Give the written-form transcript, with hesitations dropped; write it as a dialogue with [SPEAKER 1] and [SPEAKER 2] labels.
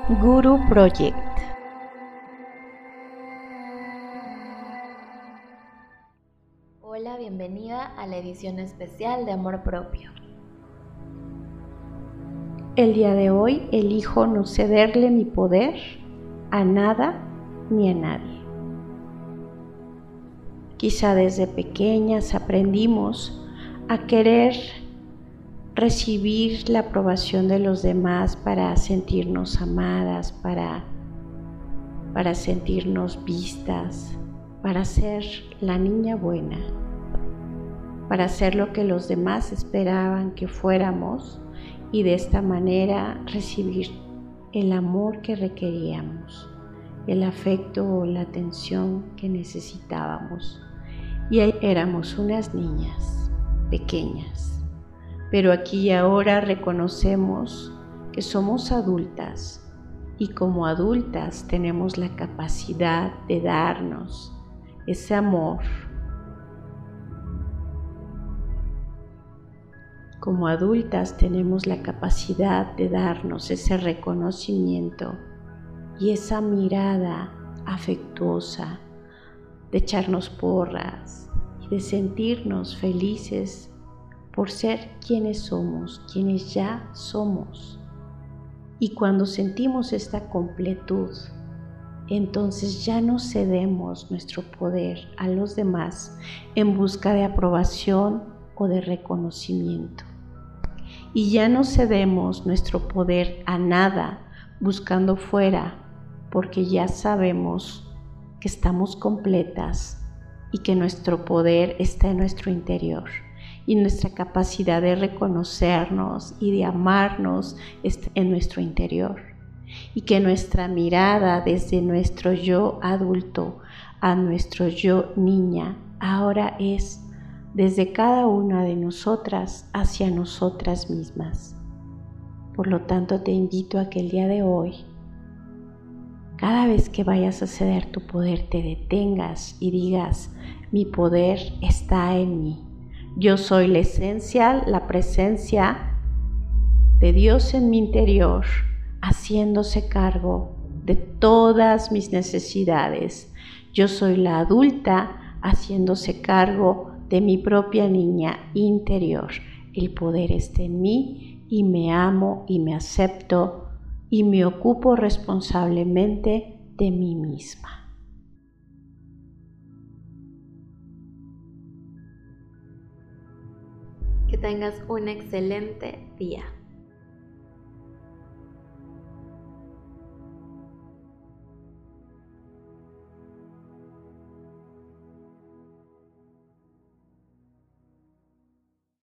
[SPEAKER 1] Guru Project.
[SPEAKER 2] Hola, bienvenida a la edición especial de Amor Propio.
[SPEAKER 1] El día de hoy elijo no cederle mi poder a nada ni a nadie. Quizá desde pequeñas aprendimos a querer recibir la aprobación de los demás para sentirnos amadas, para sentirnos vistas, para ser la niña buena, para ser lo que los demás esperaban que fuéramos y de esta manera recibir el amor que requeríamos, el afecto o la atención que necesitábamos. Y éramos unas niñas pequeñas. Pero aquí y ahora reconocemos que somos adultas y como adultas tenemos la capacidad de darnos ese amor. Como adultas tenemos la capacidad de darnos ese reconocimiento y esa mirada afectuosa, de echarnos porras y de sentirnos felices por ser quienes somos, quienes ya somos. Y cuando sentimos esta completud, entonces ya no cedemos nuestro poder a los demás en busca de aprobación o de reconocimiento. Y ya no cedemos nuestro poder a nada buscando fuera, porque ya sabemos que estamos completas y que nuestro poder está en nuestro interior. Y nuestra capacidad de reconocernos y de amarnos está en nuestro interior. Y que nuestra mirada desde nuestro yo adulto a nuestro yo niña ahora es desde cada una de nosotras hacia nosotras mismas. Por lo tanto, te invito a que el día de hoy, cada vez que vayas a ceder tu poder, te detengas y digas: mi poder está en mí. Yo soy la esencia, la presencia de Dios en mi interior, haciéndose cargo de todas mis necesidades. Yo soy la adulta haciéndose cargo de mi propia niña interior. El poder está en mí y me amo y me acepto y me ocupo responsablemente de mí misma.
[SPEAKER 2] Que tengas un excelente día.